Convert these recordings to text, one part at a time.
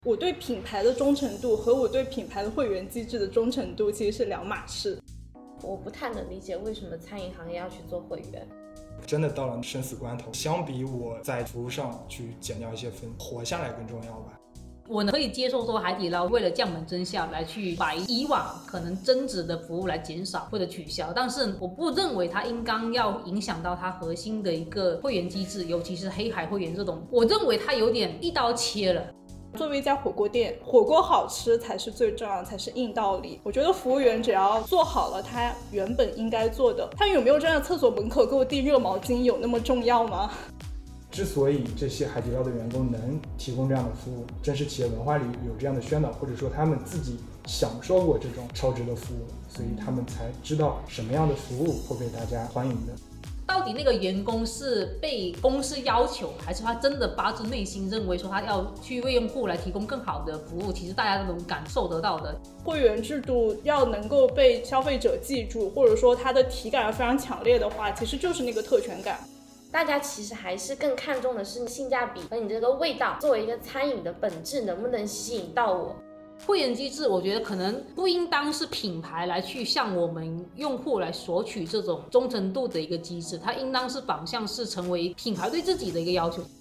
我对品牌的忠诚度和我对品牌的会员机制的忠诚度其实是两码事。 我不太能理解为什么餐饮行业要去做会员。 真的到了生死关头，相比我在服务上去减掉一些分，活下来更重要吧。 我可以接受说海底捞为了降本增效来去把以往可能增值的服务来减少或者取消，但是我不认为它应当要影响到它核心的一个会员机制，尤其是黑海会员这种，我认为它有点一刀切了。 作为一家火锅店，火锅好吃才是最重要，才是硬道理。我觉得服务员只要做好了他原本应该做的，他有没有站在厕所门口给我递热毛巾有那么重要吗？ 之所以这些海底捞的员工能提供这样的服务，正是企业文化里有这样的宣导，或者说他们自己享受过这种超值的服务，所以他们才知道什么样的服务会被大家欢迎的。 到底那个员工是被公司要求，还是他真的发自内心认为说他要去为用户来提供更好的服务，其实大家都能感受得到的。 会员制度要能够被消费者记住，或者说它的体感要非常强烈的话，其实就是那个特权感。 大家其实还是更看重的是性价比和你这个味道，作为一个餐饮的本质能不能吸引到我。 会员机制我觉得可能不应当是品牌来去向我们用户来索取这种忠诚度的一个机制，它应当是反向是成为品牌对自己的一个要求。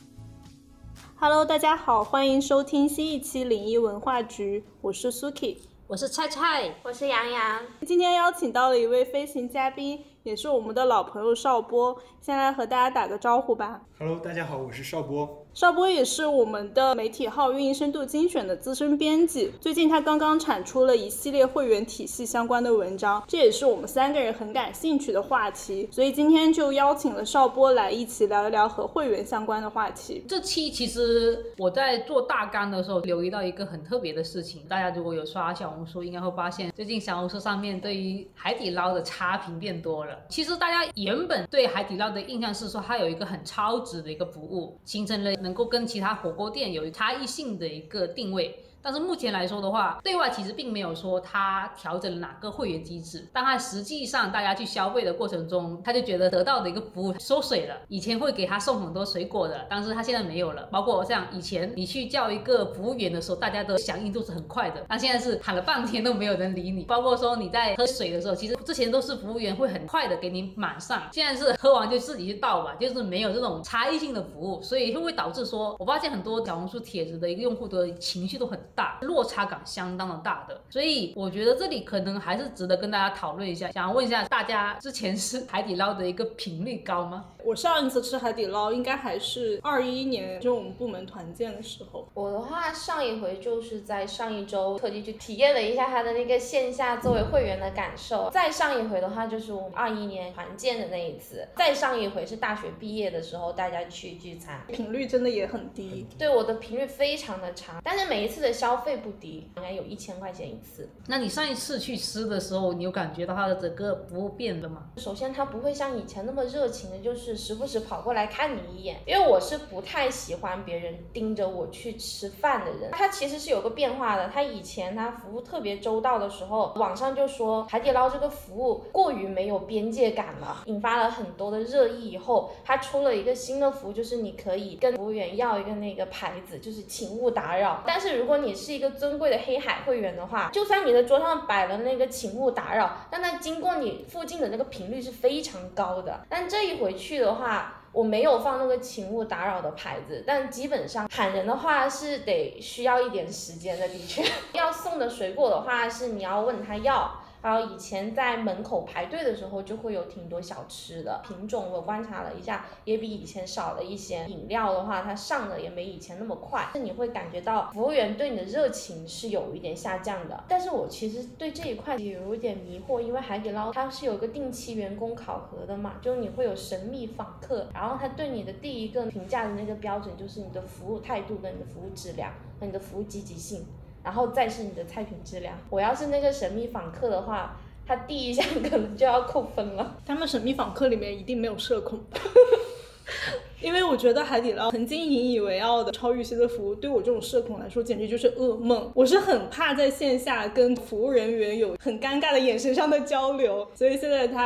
Hello， 大家好，欢迎收听新一期领一文化局，我是 Suki， 我是菜菜， 我是杨洋。 今天邀请到了一位飞行嘉宾，也是我们的老朋友邵波，先来和大家打个招呼吧。 Hello， 大家好，我是邵波。 邵波也是我们的媒体号运营深度精选的资深编辑，最近他刚刚产出了一系列会员体系相关的文章，这也是我们三个人很感兴趣的话题，所以今天就邀请了邵波来一起聊一聊和会员相关的话题。 这期其实我在做大纲的时候留意到一个很特别的事情，大家如果有刷小红书应该会发现，最近小红书上面对于海底捞的差评变多了。其实大家原本对海底捞的印象是说它有一个很超值的一个服务，形成了能够跟其他火锅店有差异性的一个定位，但是目前来说的话，对外其实并没有说它调整了哪个会员机制，但它实际上大家去消费的过程中，他就觉得得到的一个服务缩水了。以前会给他送很多水果的，但是他现在没有了。包括像以前你去叫一个服务员的时候，大家的响应度是很快的，但现在是喊了半天都没有人理你。包括说你在喝水的时候，其实之前都是服务员会很快的给你满上，现在是喝完就自己去倒吧，就是没有这种差异性的服务，所以会导致说，我发现很多小红书帖子的一个用户的情绪都很大，落差感相当的大的，所以我觉得这里可能还是值得跟大家讨论一下。想要问一下大家，之前吃海底捞的一个频率高吗？ 我上一次吃海底捞应该还是21年，就我们部门团建的时候。 我的话，上一回就是在上一周特地去体验了一下它的那个线下作为会员的感受。再上一回的话，就是我们21年团建的那一次。再上一回是大学毕业的时候大家去聚餐， 频率真的也很低。 对，我的频率非常的长，但是每一次的消费不低，应该有1000块钱一次。 那你上一次去吃的时候，你有感觉到它的整个服务变了吗？ 首先它不会像以前那么热情的，就是时不时跑过来看你一眼，因为我是不太喜欢别人盯着我去吃饭的人。它其实是有个变化的，它以前它服务特别周到的时候，网上就说海底捞这个服务过于没有边界感了，引发了很多的热议。以后它出了一个新的服务，就是你可以跟服务员要一个那个牌子，就是请勿打扰。但是如果你是一个尊贵的黑海会员的话，就算你的桌上摆了那个请勿打扰，但它经过你附近的那个频率是非常高的。但这一回去的话，我没有放那个请勿打扰的牌子，但基本上喊人的话是得需要一点时间的，的确。要送的水果的话是你要问他要，还有以前在门口排队的时候就会有挺多小吃的品种，我观察了一下也比以前少了一些。饮料的话它上的也没以前那么快，你会感觉到服务员对你的热情是有一点下降的。但是我其实对这一块也有一点迷惑，因为海底捞它是有个定期员工考核的嘛，就是你会有神秘访客，然后他对你的第一个评价的那个标准就是你的服务态度跟你的服务质量和你的服务积极性，然后再是你的菜品质量。我要是那个神秘访客的话，他第一项可能就要扣分了。 他们神秘访客里面一定没有社恐。因为我觉得海底捞曾经引以为傲的超预期的服务，对我这种社恐来说简直就是噩梦。我是很怕在线下跟服务人员有很尴尬的眼神上的交流，所以现在他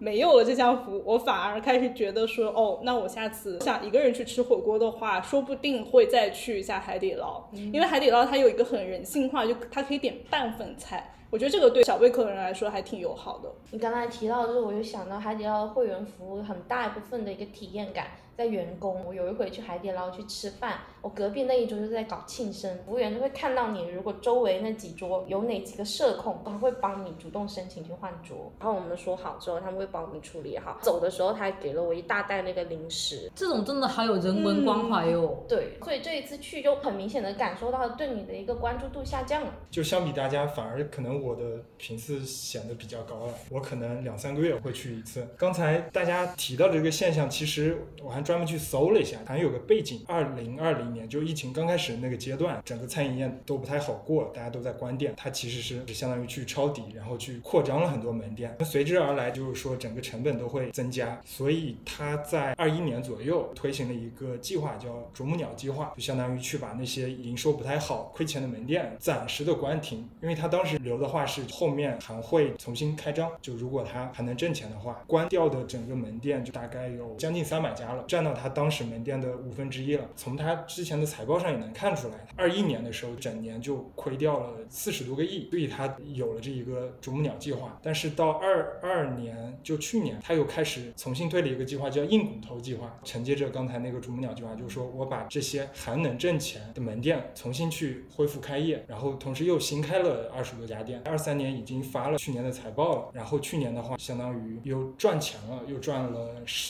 没有了这项服务，我反而开始觉得说，哦，那我下次想一个人去吃火锅的话，说不定会再去一下海底捞，因为海底捞它有一个很人性化，就它可以点半份菜，我觉得这个对小胃口的人来说还挺友好的。 你刚才提到的时候，我就想到海底捞的会员服务很大一部分的一个体验感在员工。我有一回去海底捞去吃饭，我隔壁那一桌就是在搞庆生，服务员就会看到你，如果周围那几桌有哪几个社恐，他会帮你主动申请去换桌，然后我们说好之后他们会帮我们处理好。走的时候他还给了我一大袋那个零食， 这种真的好有人文关怀哦。 对，所以这一次去就很明显的感受到对你的一个关注度下降了。 就相比大家，反而可能我的频次显得比较高了，我可能2-3个月会去一次。刚才大家提到的这个现象，其实我还专门去搜了一下，好像有个背景，2020年就疫情刚开始那个阶段，整个餐饮业都不太好过，大家都在关店，它其实是相当于去抄底，然后去扩张了很多门店，随之而来就是说整个成本都会增加，所以它在21年左右推行了一个计划，叫啄木鸟计划，就相当于去把那些营收不太好亏钱的门店暂时的关停，因为它当时留的话是后面还会重新开张，就如果它还能挣钱的话，关掉的整个门店就大概有将近300家了，占到它当时门店的1/5了。从它之前的财报上也能看出来，21年的时候整年就亏掉了40多个亿，所以它有了这一个啄木鸟计划。但是到22年，就去年，它又开始重新推了一个计划，叫硬骨头计划，承接着刚才那个啄木鸟计划，就是说我把这些还能挣钱的门店重新去恢复开业，然后同时又新开了20多家店。23年已经发了去年的财报了，然后去年的话相当于又赚钱了，又赚了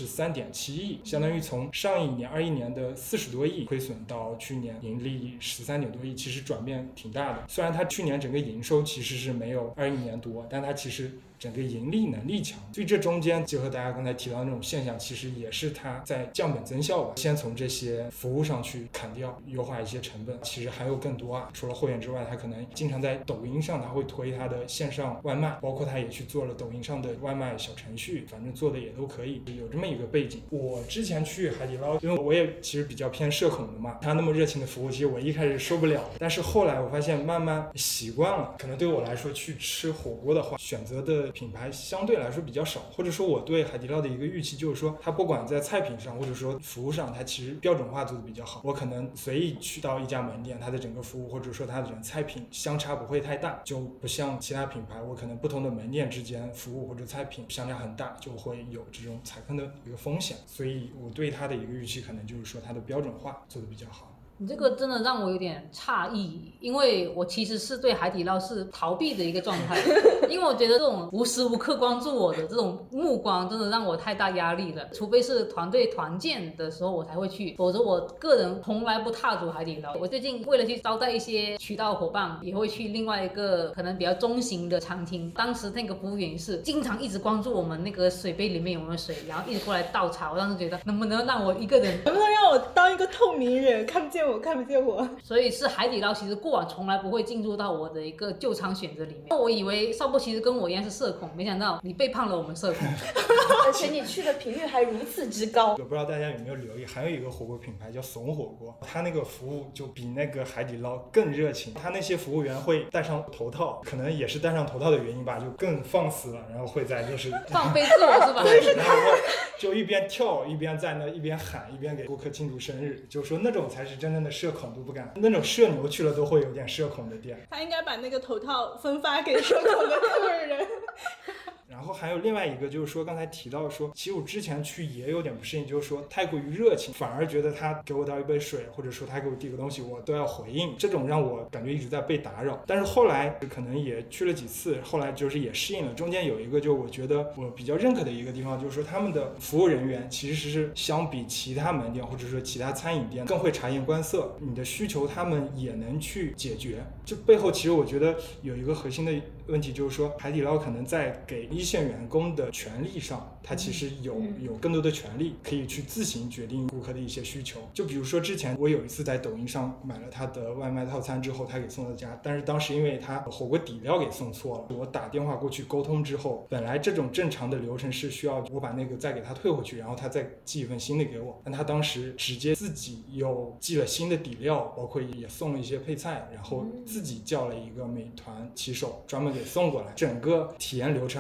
13.7亿，相当于从上一年21年的40多亿亏损到去年盈利13点多亿，其实转变挺大的。虽然它去年整个营收其实是没有21年多，但它其实整个盈利能力强，所以这中间结合大家刚才提到的那种现象，其实也是它在降本增效吧，先从这些服务上去砍掉，优化一些成本。其实还有更多啊，除了会员之外，它可能经常在抖音上，它会推它的线上外卖，包括它也去做了抖音上的外卖小程序，反正做的也都可以，有这么一个背景。我之前去海底捞，因为我也其实比较偏社恐的嘛，它那么热情的服务，其实我一开始受不了，但是后来我发现慢慢习惯了，可能对我来说去吃火锅的话，选择的品牌相对来说比较少，或者说我对海底捞的一个预期就是说，它不管在菜品上或者说服务上，它其实标准化做的比较好。我可能随意去到一家门店，它的整个服务或者说它的整个菜品相差不会太大，就不像其他品牌，我可能不同的门店之间服务或者菜品相差很大，就会有这种踩坑的一个风险。所以我对它的一个预期可能就是说它的标准化做的比较好。 你这个真的让我有点诧异，因为我其实是对海底捞是逃避的一个状态，因为我觉得这种无时无刻关注我的这种目光真的让我太大压力了，除非是团队团建的时候我才会去，否则我个人从来不踏足海底捞。我最近为了去招待一些渠道伙伴，也会去另外一个可能比较中型的餐厅，当时那个服务员是经常一直关注我们那个水杯里面有没有水，然后一直过来倒茶，我当时觉得能不能让我一个人， 能不能让我当一个透明人，看不见我看不见我。 所以是海底捞其实过往从来不会进入到我的一个就餐选择里面。我以为少波其实跟我一样是社恐，没想到你背叛了我们社恐而且你去的频率还如此之高。 我不知道大家有没有留意，还有一个火锅品牌叫怂火锅，它那个服务就比那个海底捞更热情，它那些服务员会戴上头套，可能也是戴上头套的原因吧，就更放肆了，然后会在就是放飞自我是吧？ 对，然后就一边跳一边在那一边喊一边给顾客庆祝生日，就说那种才是真正的社恐，都不敢，那种社牛去了都会有点社恐的店。 他应该把那个头套分发给社恐的客人。 然后还有另外一个就是说，刚才提到说，其实我之前去也有点不适应，就是说太过于热情，反而觉得他给我倒一杯水，或者说他给我递个东西，我都要回应，这种让我感觉一直在被打扰。但是后来可能也去了几次，后来就是也适应了。中间有一个就我觉得我比较认可的一个地方，就是说他们的服务人员其实是相比其他门店或者说其他餐饮店更会察言观色，你的需求他们也能去解决。这背后其实我觉得有一个核心的问题，就是说海底捞可能在给一线员工的权利上，他其实有更多的权利可以去自行决定顾客的一些需求。就比如说之前我有一次在抖音上买了他的外卖套餐之后，他给送到家，但是当时因为他火锅底料给送错了，我打电话过去沟通之后，本来这种正常的流程是需要我把那个再给他退回去，然后他再寄一份新的给我，但他当时直接自己又寄了新的底料，包括也送了一些配菜，然后自己叫了一个美团骑手专门给送过来，整个体验流程啊，其实让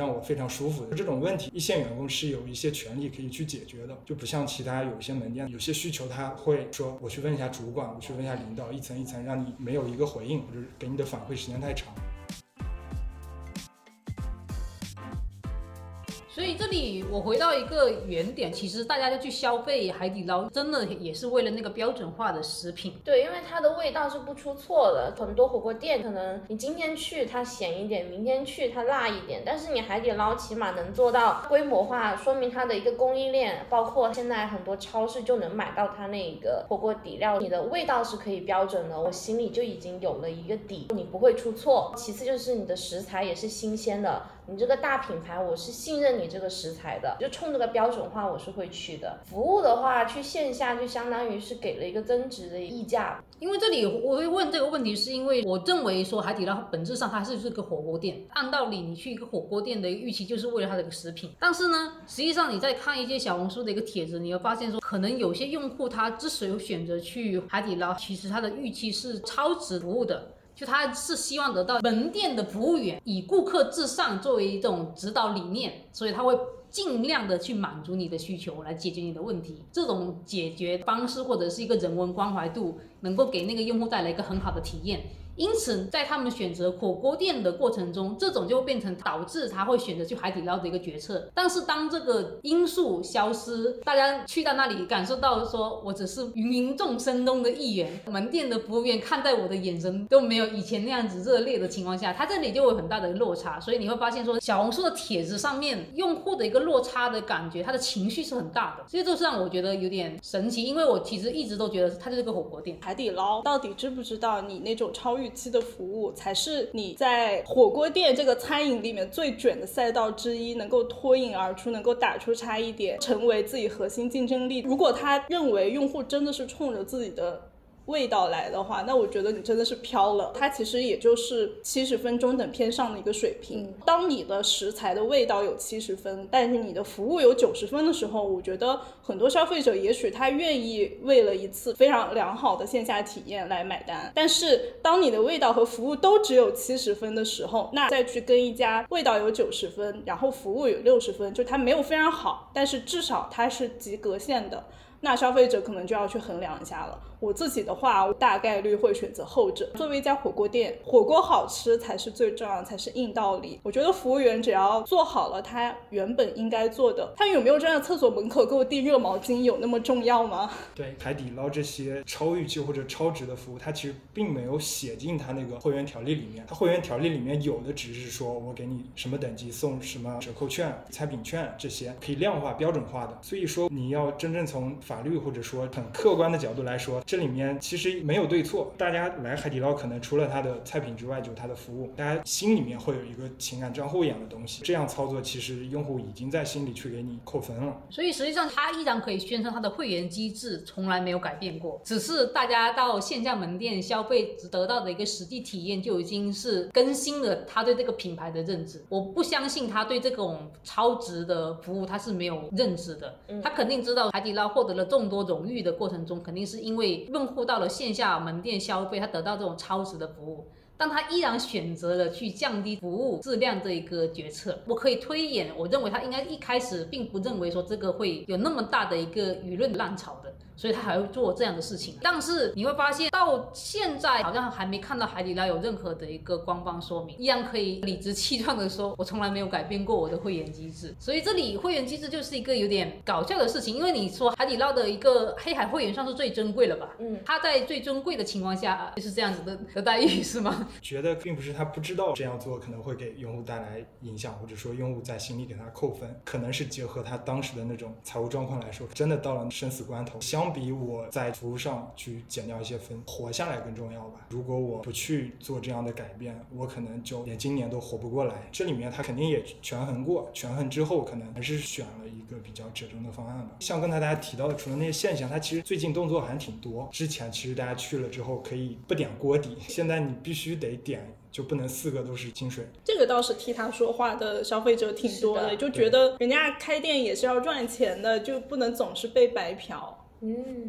让我非常舒服的。这种问题一线员工是有一些权利可以去解决的，就不像其他有一些门店有些需求他会说我去问一下主管，我去问一下领导，一层一层让你没有一个回应，或者给你的反馈时间太长。 所以这里我回到一个原点，其实大家就去消费海底捞，真的也是为了那个标准化的食品。 对，因为它的味道是不出错的。很多火锅店可能你今天去它咸一点，明天去它辣一点，但是你海底捞起码能做到规模化，说明它的一个供应链，包括现在很多超市就能买到它那个火锅底料，你的味道是可以标准的，我心里就已经有了一个底，你不会出错。其次就是你的食材也是新鲜的，你这个大品牌我是信任你这个食材的，就冲这个标准化我是会去的。服务的话去线下就相当于是给了一个增值的溢价。 因为这里我会问这个问题，是因为我认为说海底捞本质上它是个火锅店，按道理你去一个火锅店的预期就是为了它的一个食品，但是呢实际上你在看一些小红书的一个帖子，你会发现说可能有些用户他之所以选择去海底捞，其实他的预期是超值服务的，就他是希望得到门店的服务员以顾客至上作为一种指导理念，所以他会尽量的去满足你的需求来解决你的问题。这种解决方式或者是一个人文关怀度能够给那个用户带来一个很好的体验，因此在他们选择火锅店的过程中，这种就会变成导致他会选择去海底捞的一个决策。但是当这个因素消失，大家去到那里感受到说我只是芸芸众生中的一员，门店的服务员看待我的眼神都没有以前那样子热烈的情况下，他这里就有很大的落差。所以你会发现说小红书的帖子上面用户的一个落差的感觉，他的情绪是很大的，所以这是让我觉得有点神奇。因为我其实一直都觉得它就是个火锅店。 海底捞到底知不知道你那种超预期的服务才是你在火锅店这个餐饮里面最卷的赛道之一，能够脱颖而出，能够打出差异点，成为自己核心竞争力。如果他认为用户真的是冲着自己的味道来的话，那我觉得你真的是飘了。它其实也就是70分中等偏上的一个水平。当你的食材的味道有70分，但是你的服务有90分的时候，我觉得很多消费者也许他愿意为了一次非常良好的线下体验来买单。但是当你的味道和服务都只有70分的时候，那再去跟一家味道有90分，然后服务有60分，就它没有非常好，但是至少它是及格线的，那消费者可能就要去衡量一下了。我自己的话，我大概率会选择后者。作为一家火锅店，火锅好吃才是最重要的，才是硬道理。我觉得服务员只要做好了他原本应该做的，他有没有站在厕所门口给我递热毛巾有那么重要吗？ 对，海底捞这些超预期或者超值的服务，它其实并没有写进它那个会员条例里面。它会员条例里面有的只是说我给你什么等级送什么折扣券、餐品券，这些可以量化标准化的。所以说你要真正从法律或者说很客观的角度来说，这里面其实没有对错。大家来海底捞可能除了它的菜品之外就是它的服务，大家心里面会有一个情感账户一样的东西，这样操作其实用户已经在心里去给你扣分了。 所以实际上它依然可以宣称它的会员机制从来没有改变过，只是大家到线下门店消费得到的一个实际体验就已经是更新了他对这个品牌的认知。我不相信他对这种超值的服务他是没有认知的，他肯定知道海底捞获得了众多荣誉的过程中，肯定是因为用户到了线下门店消费，他得到这种超值的服务，但他依然选择了去降低服务质量这一个决策。我可以推演，我认为他应该一开始并不认为说这个会有那么大的一个舆论浪潮的，所以他还会做这样的事情。但是你会发现到现在好像还没看到海底捞有任何的一个官方说明，依然可以理直气壮的说我从来没有改变过我的会员机制。所以这里会员机制就是一个有点搞笑的事情，因为你说海底捞的一个黑海会员算是最珍贵了吧，他在最珍贵的情况下就是这样子的待遇是吗？ 觉得并不是他不知道这样做可能会给用户带来影响，或者说用户在心里给他扣分，可能是结合他当时的那种财务状况来说，真的到了生死关头，相比我在服务上去减掉一些分，活下来更重要吧。如果我不去做这样的改变，我可能就连今年都活不过来。这里面他肯定也权衡过，权衡之后可能还是选了一个比较折中的方案吧。像刚才大家提到的，除了那些现象，他其实最近动作还挺多。之前其实大家去了之后可以不点锅底，现在你必须得点，就不能4个都是清水。 这个倒是替他说话的消费者挺多的，就觉得人家开店也是要赚钱的，就不能总是被白嫖。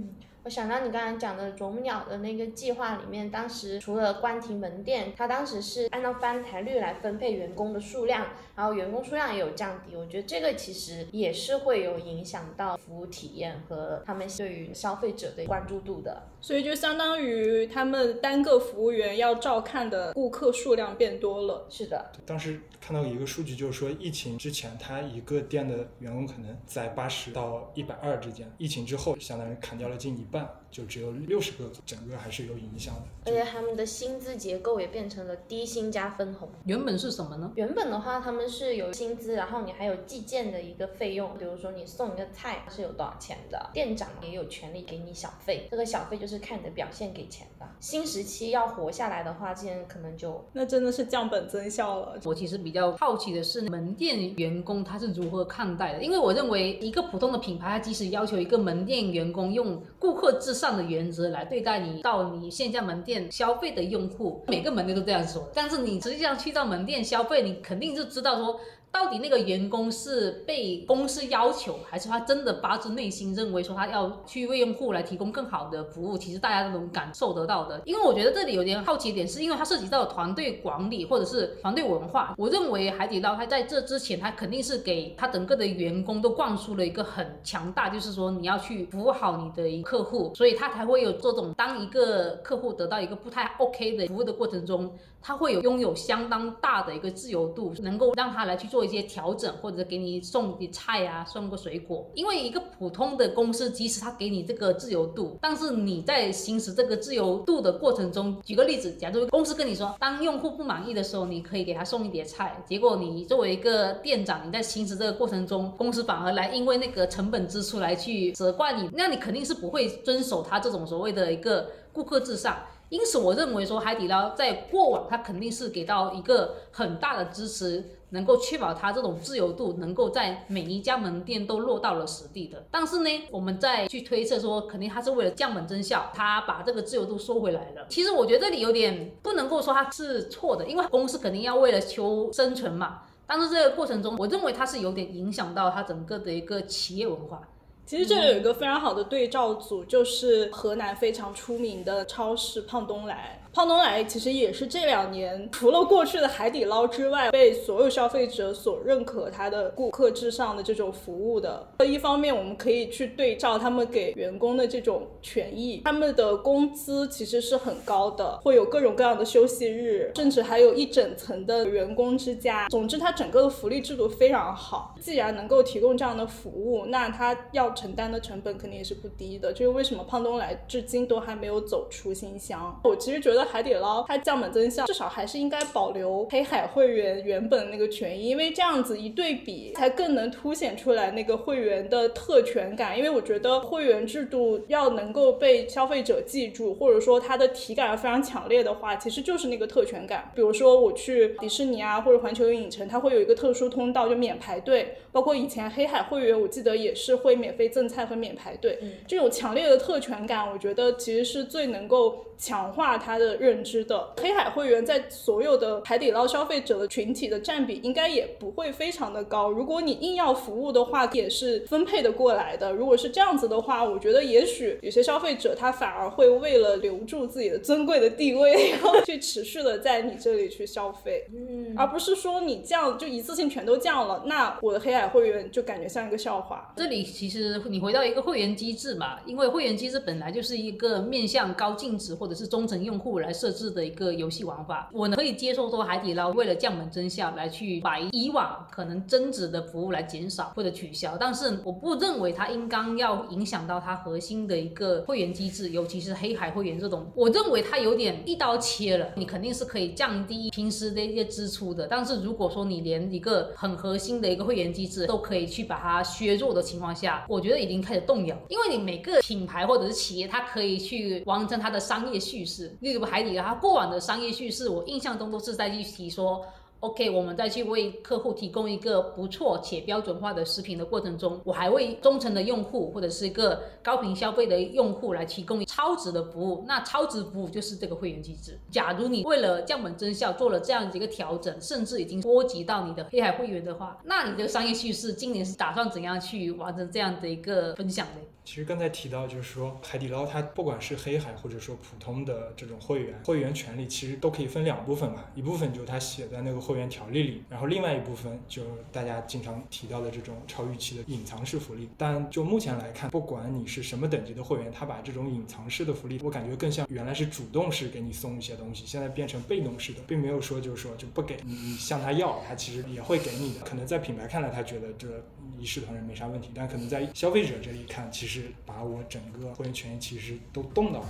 我想到你刚才讲的啄木鸟的那个计划里面，当时除了关停门店，它当时是按照翻台率来分配员工的数量，然后员工数量也有降低，我觉得这个其实也是会有影响到服务体验和他们对于消费者的关注度的。 所以就相当于他们单个服务员要照看的顾客数量变多了。 是的， 当时看到一个数据，就是说疫情之前他一个店的员工可能在80到120之间，疫情之后相当于砍掉了近一半，就只有60个，整个还是有影响的。 而且他们的薪资结构也变成了低薪加分红。 原本是什么呢？ 原本的话他们是有薪资，然后你还有计件的一个费用，比如说你送一个菜是有多少钱的，店长也有权利给你小费，这个小费就是看你的表现给钱的。新时期要活下来的话，这样可能就那真的是降本增效了。 我其实比较好奇的是门店员工他是如何看待的，因为我认为一个普通的品牌，它即使要求一个门店员工用顾客至上的原则来对待你到你线下门店消费的用户，每个门店都这样说的，但是你实际上去到门店消费，你肯定是知道说到底那个员工是被公司要求，还是他真的发自内心认为说他要去为用户来提供更好的服务，其实大家都能感受得到的。因为我觉得这里有点好奇点，是因为它涉及到团队管理或者是团队文化。我认为海底捞它在这之前，它肯定是给它整个的员工都灌输了一个很强大，就是说你要去服务好你的客户，所以他才会有这种当一个客户得到一个不太 OK 的服务的过程中，他会拥有相当大的一个自由度，能够让他来去做一些调整，或者给你送一点菜啊，送个水果。因为一个普通的公司，即使他给你这个自由度，但是你在行使这个自由度的过程中，举个例子，假如公司跟你说，当用户不满意的时候，你可以给他送一碟菜，结果你作为一个店长，你在行使这个过程中，公司反而来因为那个成本支出来去责怪你，那你肯定是不会遵守他这种所谓的一个顾客至上。因此我认为说海底捞在过往它肯定是给到一个很大的支持，能够确保它这种自由度能够在每一家门店都落到了实地的。但是呢，我们再去推测说肯定它是为了降本增效，它把这个自由度收回来了。其实我觉得这里有点不能够说它是错的，因为公司肯定要为了求生存嘛，但是这个过程中我认为它是有点影响到它整个的一个企业文化。 其实这里有一个非常好的对照组，就是河南非常出名的超市胖东来。胖东来其实也是这2年除了过去的海底捞之外，被所有消费者所认可它的顾客至上的这种服务的。一方面我们可以去对照他们给员工的这种权益，他们的工资其实是很高的，会有各种各样的休息日，甚至还有一整层的员工之家。总之它整个的福利制度非常好，既然能够提供这样的服务，那它要承担的成本肯定也是不低的。就是为什么胖东来至今都还没有走出新乡。我其实觉得海底捞它降本增效，至少还是应该保留黑海会员原本那个权益，因为这样子一对比才更能凸显出来那个会员的特权感。因为我觉得会员制度要能够被消费者记住，或者说它的体感非常强烈的话，其实就是那个特权感。比如说我去迪士尼啊或者环球影城，它会有一个特殊通道，就免排队，包括以前黑海会员我记得也是会免费赠菜和免排队。这种强烈的特权感我觉得其实是最能够强化它的认知的。黑海会员在所有的海底捞消费者的群体的占比应该也不会非常的高，如果你硬要服务的话也是分配的过来的。如果是这样子的话，我觉得也许有些消费者他反而会为了留住自己的尊贵的地位然后去持续的在你这里去消费，而不是说你降就一次性全都降了，那我的黑海会员就感觉像一个笑话。 这里其实你回到一个会员机制嘛，因为会员机制本来就是一个面向高净值或者是忠诚用户来设置的一个游戏玩法。我可以接受说海底捞为了降本增效来去把以往可能增值的服务来减少或者取消，但是我不认为它应当要影响到它核心的一个会员机制，尤其是黑海会员这种，我认为它有点一刀切了。你肯定是可以降低平时的一些支出的，但是如果说你连一个很核心的一个会员机制都可以去把它削弱的情况下，我觉得已经开始动摇。因为你每个品牌或者是企业它可以去完成它的商业叙事，例如海底捞它过往的商业叙事我印象中都是在去提说OK， 我们再去为客户提供一个不错且标准化的食品的过程中，我还为忠诚的用户或者是一个高频消费的用户来提供超值的服务。那超值服务就是这个会员机制。假如你为了降本增效做了这样的一个调整，甚至已经波及到你的黑海会员的话，那你的商业叙事今年是打算怎样去完成这样的一个分享呢？ 其实刚才提到就是说海底捞它不管是黑海或者说普通的这种会员权利其实都可以分两部分吧，一部分就是它写在那个会员条例里，然后另外一部分就是大家经常提到的这种超预期的隐藏式福利。但就目前来看，不管你是什么等级的会员，它把这种隐藏式的福利我感觉更像原来是主动式给你送一些东西，现在变成被动式的，并没有说就是说就不给你向他要，他其实也会给你的。可能在品牌看来他觉得这一视同仁没啥问题，但可能在消费者这里看，其实把我整个会员权益其实都动到了。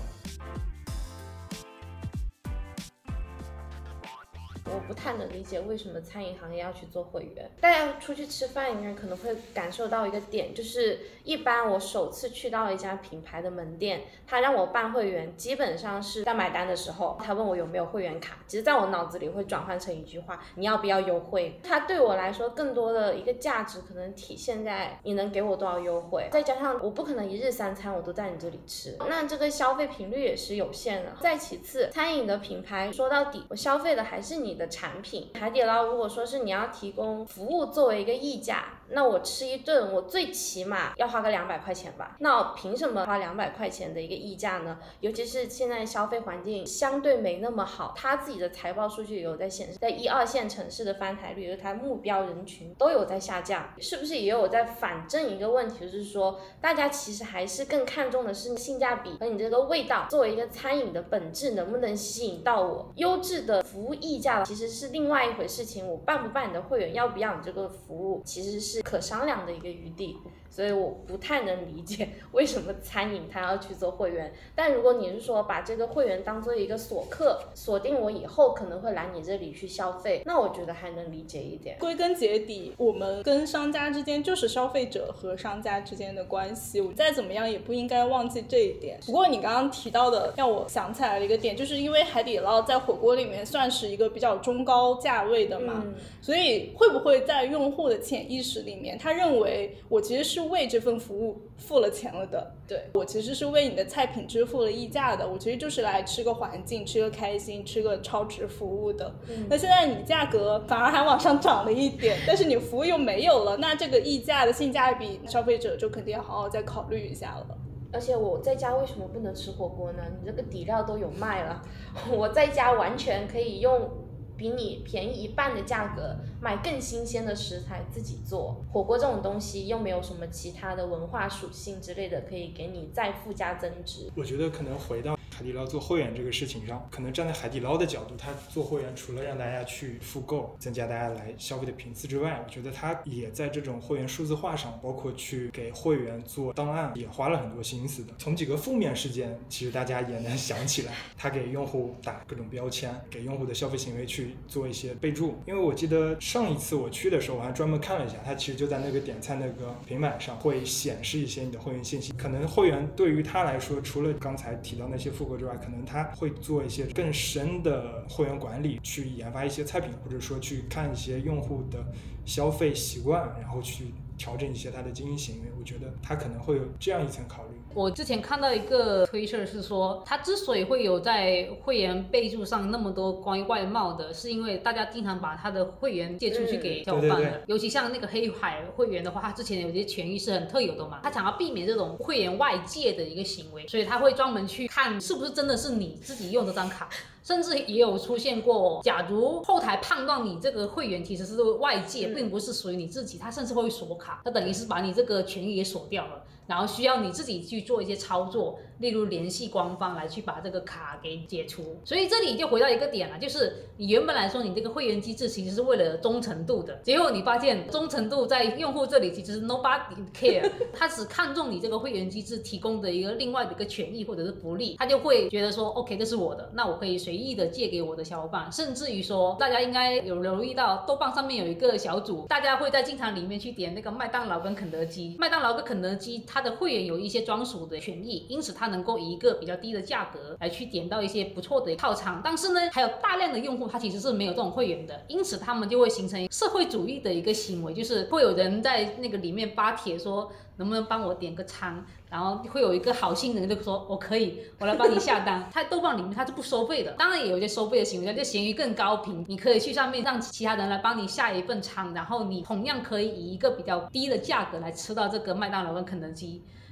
我不太能理解为什么餐饮行业要去做会员。大家出去吃饭应该可能会感受到一个点，就是一般我首次去到一家品牌的门店，他让我办会员，基本上是在买单的时候他问我有没有会员卡，其实在我脑子里会转换成一句话，你要不要优惠。它对我来说更多的一个价值可能体现在你能给我多少优惠，再加上我不可能一日三餐我都在你这里吃，那这个消费频率也是有限的。再其次，餐饮的品牌说到底我消费的还是你的产品。海底捞如果说是你要提供服务作为一个溢价，那我吃一顿我最起码要花个200块钱吧，那我凭什么花200块钱的一个溢价呢？尤其是现在消费环境相对没那么好，他自己的财报数据有在显示，在1、2线城市的翻台率和他目标人群都有在下降，是不是也有在反证一个问题，就是说大家其实还是更看重的是性价比和你这个味道，作为一个餐饮的本质能不能吸引到我。优质的服务溢价其实是另外一回事情，我办不办你的会员，要不要你这个服务，其实是可商量的一个余地。所以我不太能理解为什么餐饮它要去做会员，但如果你是说把这个会员当做一个锁客，锁定我以后可能会来你这里去消费，那我觉得还能理解一点。 归根结底，我们跟商家之间就是消费者和商家之间的关系，我再怎么样也不应该忘记这一点。不过你刚刚提到的让我想起来了一个点，就是因为海底捞在火锅里面算是一个比较中高价位的嘛，所以会不会在用户的潜意识里面，他认为我其实是为这份服务付了钱了的，对，我其实是为你的菜品支付了溢价的，我其实就是来吃个环境，吃个开心，吃个超值服务的。那现在你价格反而还往上涨了一点，但是你服务又没有了，那这个溢价的性价比消费者就肯定要好好再考虑一下了。 而且我在家为什么不能吃火锅呢？你这个底料都有卖了，我在家完全可以用比你便宜1半的价格买更新鲜的食材自己做。火锅这种东西又没有什么其他的文化属性之类的可以给你再附加增值。 我觉得可能回到海底捞做会员这个事情上，可能站在海底捞的角度，他做会员除了让大家去复购，增加大家来消费的频次之外，我觉得他也在这种会员数字化上，包括去给会员做档案，也花了很多心思的。从几个负面事件其实大家也能想起来，他给用户打各种标签，给用户的消费行为去做一些备注。因为我记得上一次我去的时候，我还专门看了一下，他其实就在那个点菜那个平板上会显示一些你的会员信息。可能会员对于他来说，除了刚才提到那些复购之外，可能他会做一些更深的会员管理，去研发一些菜品，或者说去看一些用户的消费习惯，然后去调整一些他的经营行为。我觉得他可能会有这样一层考虑。 我之前看到一个推测是说，他之所以会有在会员备注上那么多关于外贸的，是因为大家经常把他的会员借出去给小伙伴的。尤其像那个黑海会员的话，他之前有些权益是很特有的嘛，他想要避免这种会员外借的一个行为，所以他会专门去看是不是真的是你自己用这张卡。甚至也有出现过，假如后台判断你这个会员其实是外借，并不是属于你自己，他甚至会锁卡，他等于是把你这个权益也锁掉了，然后需要你自己去做一些操作，例如联系官方来去把这个卡给解除。所以这里就回到一个点了，就是你原本来说你这个会员机制其实是为了忠诚度的，结果你发现忠诚度在用户这里其实是 nobody care， 他只看重你这个会员机制提供的一个另外的一个权益或者是福利，他就会觉得说 OK 这是我的，那我可以随意的借给我的小伙伴。甚至于说大家应该有留意到豆瓣上面有一个小组，大家会在经常里面去点那个麦当劳跟肯德基，麦当劳跟肯德基它的会员有一些专属的权益，因此它能够以一个比较低的价格来去点到一些不错的套餐。但是呢，还有大量的用户他其实是没有这种会员的，因此他们就会形成社会主义的一个行为，就是会有人在那个里面发帖说能不能帮我点个餐，然后会有一个好心人就说我可以，我来帮你下单。他豆瓣里面他是不收费的，当然也有一些收费的行为，就闲鱼更高频，你可以去上面让其他人来帮你下一份餐，然后你同样可以以一个比较低的价格来吃到这个麦当劳跟肯德基。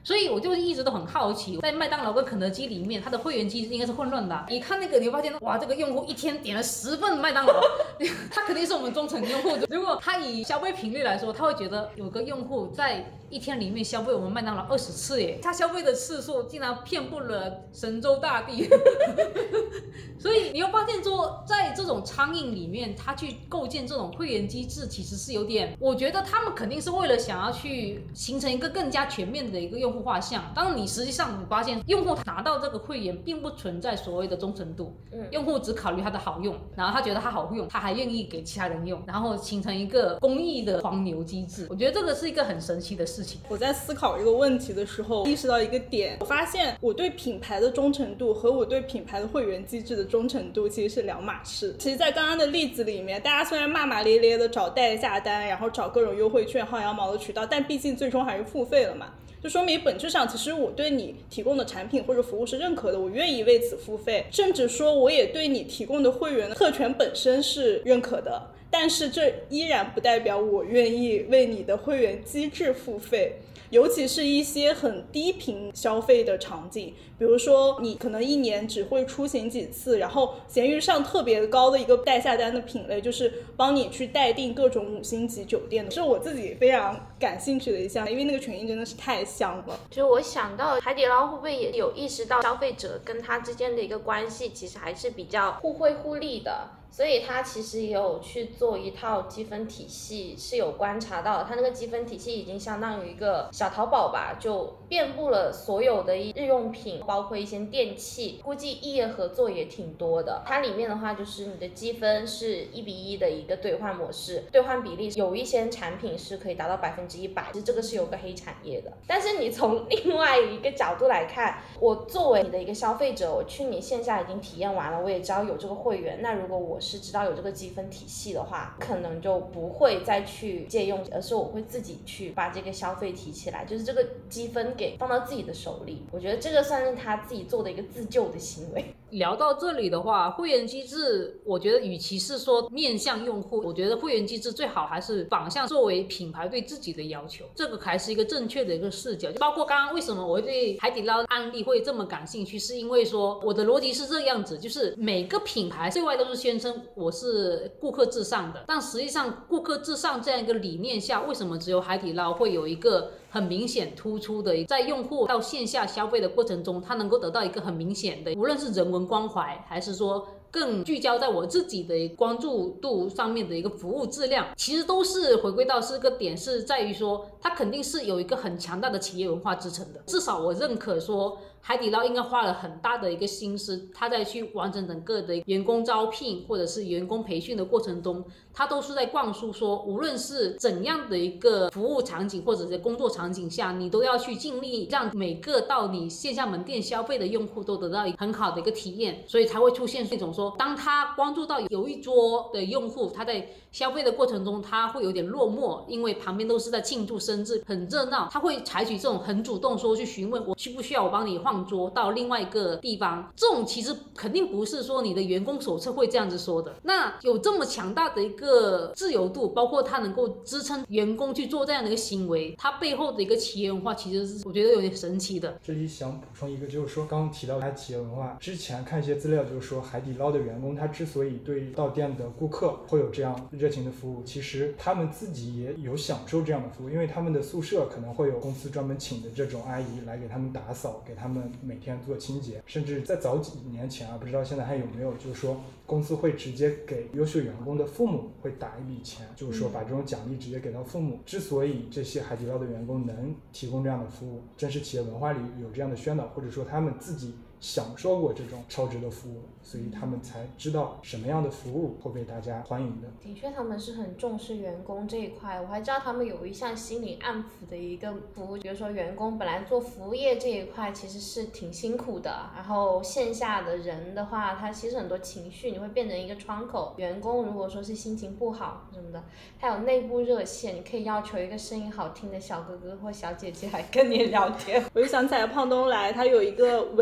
所以我就一直都很好奇，在麦当劳跟肯德基里面，它的会员机制应该是混乱的。你看那个，你会发现哇，这个用户一天点了10份麦当劳，他肯定是我们忠诚用户。如果他以消费频率来说，他会觉得有个用户在一天里面消费我们麦当劳20次耶，他消费的次数竟然遍布了神州大地。所以你会发现说，在这种苍蝇里面，他去构建这种会员机制，其实是有点，我觉得他们肯定是为了想要去形成一个更加全面的一个用户画像。当你实际上你发现用户拿到这个会员，并不存在所谓的忠诚度，用户只考虑它的好用，然后他觉得它好用，他还愿意给其他人用，然后形成一个公益的黄牛机制。我觉得这个是一个很神奇的事情。 我在思考这个问题的时候，意识到一个点，我发现我对品牌的忠诚度和我对品牌的会员机制的忠诚度其实是两码事。其实在刚刚的例子里面，大家虽然骂骂咧咧的找代下单，然后找各种优惠券薅羊毛的渠道，但毕竟最终还是付费了嘛，就说明本质上其实我对你提供的产品或者服务是认可的，我愿意为此付费，甚至说我也对你提供的会员的特权本身是认可的，但是这依然不代表我愿意为你的会员机制付费。尤其是一些很低频消费的场景，比如说你可能一年只会出行几次，然后闲鱼上特别高的一个代下单的品类就是帮你去代订各种5星级酒店的，是我自己非常感兴趣的一项，因为那个权益真的是太香了。 就是我想到海底捞会不会也有意识到消费者跟他之间的一个关系其实还是比较互惠互利的，所以他其实也有去做一套积分体系，是有观察到的。他那个积分体系已经相当于一个小淘宝吧，就遍布了所有的日用品，包括一些电器，估计异业合作也挺多的。它里面的话就是你的积分是1:1的一个兑换模式，兑换比例有一些产品是可以达到100%，其实这个是有个黑产业的。但是你从另外一个角度来看，我作为你的一个消费者，我去你线下已经体验完了，我也知道有这个会员，那如果我是知道有这个积分体系的话，可能就不会再去借用，而是我会自己去把这个消费提起来，就是这个积分给放到自己的手里。我觉得这个算是他自己做的一个自救的行为。 聊到这里的话，会员机制，我觉得与其是说面向用户，我觉得会员机制最好还是反向作为品牌对自己的要求，这个还是一个正确的一个视角。包括刚刚为什么我会对海底捞案例会这么感兴趣，是因为说我的逻辑是这样子，就是每个品牌对外都是宣称我是顾客至上的，但实际上顾客至上这样一个理念下，为什么只有海底捞会有一个很明显突出的，在用户到线下消费的过程中，它能够得到一个很明显的，无论是人文关怀，还是说更聚焦在我自己的关注度上面的一个服务质量，其实都是回归到这个点，是在于说它肯定是有一个很强大的企业文化支撑的。至少我认可说海底捞应该花了很大的一个心思，他在去完成整个的员工招聘或者是员工培训的过程中，他都是在灌输说，无论是怎样的一个服务场景或者是工作场景下，你都要去尽力让每个到你线下门店消费的用户都得到很好的一个体验，所以才会出现那种说，当他关注到有一桌的用户他在消费的过程中他会有点落寞，因为旁边都是在庆祝生日很热闹，他会采取这种很主动说去询问我需不需要我帮你换桌到另外一个地方，这种其实肯定不是说你的员工手册会这样子说的。那有这么强大的一个自由度，包括他能够支撑员工去做这样的一个行为，他背后的一个企业文化其实是我觉得有点神奇的。 这里想补充一个，就是说刚刚提到他企业文化，之前看一些资料就是说海底捞的员工他之所以对到店的顾客会有这样热情的服务，其实他们自己也有享受这样的服务，因为他们的宿舍可能会有公司专门请的这种阿姨来给他们打扫，给他们每天做清洁，甚至在早几年前不知道现在还有没有，就是说公司会直接给优秀员工的父母会打一笔钱，就是说把这种奖励直接给到父母。之所以这些海底捞的员工能提供这样的服务，正是企业文化里有这样的宣导，或者说他们自己享受过这种超值的服务，所以他们才知道什么样的服务会被大家欢迎的。 的确他们是很重视员工这一块，我还知道他们有一项心理安抚的一个服务，比如说员工本来做服务业这一块其实是挺辛苦的，然后线下的人的话他其实很多情绪你会变成一个窗口，员工如果说是心情不好什么的，他有内部热线，你可以要求一个声音好听的小哥哥或小姐姐来跟你聊天。 我就想起来胖东来他有一个委屈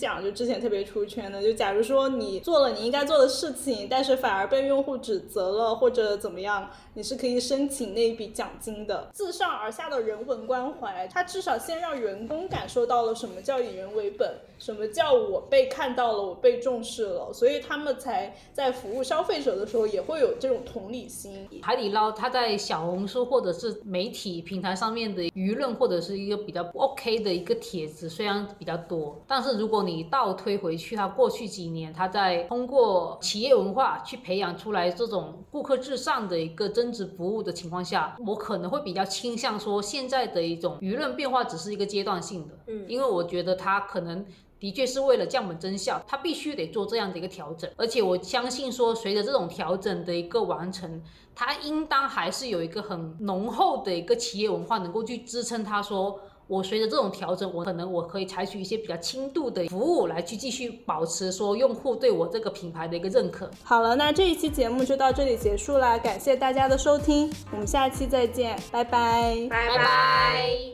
讲，就之前特别出圈的，就假如说你做了你应该做的事情，但是反而被用户指责了或者怎么样，你是可以申请那一笔奖金的。自上而下的人文关怀，它至少先让员工感受到了什么叫以人为本，什么叫我被看到了，我被重视了，所以他们才在服务消费者的时候也会有这种同理心。 海底捞它在小红书或者是媒体平台上面的舆论或者是一个比较不 OK 的一个帖子虽然比较多，但是如果你倒推回去，它过去几年它在通过企业文化去培养出来这种顾客至上的一个增值服务的情况下，我可能会比较倾向说现在的一种舆论变化只是一个阶段性的，因为我觉得它可能的确是为了降本增效，它必须得做这样的一个调整，而且我相信说随着这种调整的一个完成，它应当还是有一个很浓厚的一个企业文化能够去支撑它，说我随着这种调整，我可以采取一些比较轻度的服务来去继续保持说用户对我这个品牌的一个认可。 好了，那这一期节目就到这里结束啦，感谢大家的收听，我们下期再见，拜拜， 拜拜。